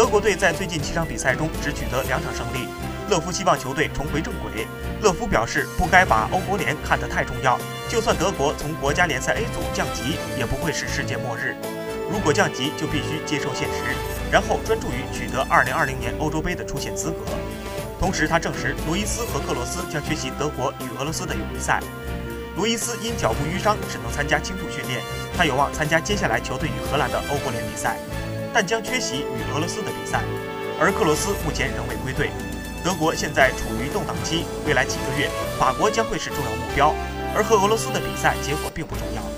德国队在最近7场比赛中只取得2场胜利。勒夫希望球队重回正轨。勒夫表示，不该把欧国联看得太重要，就算德国从国家联赛 A 组降级，也不会是世界末日。如果降级，就必须接受现实，然后专注于取得2020年欧洲杯的出线资格。同时，他证实卢伊斯和克罗斯将缺席德国与俄罗斯的友谊赛。卢伊斯因脚部淤伤只能参加轻度训练，他有望参加接下来球队与荷兰的欧国联比赛，但将缺席与俄罗斯的比赛。而克罗斯目前仍未归队。德国现在处于动荡期，未来几个月，法国将会是重要目标，而和俄罗斯的比赛结果并不重要。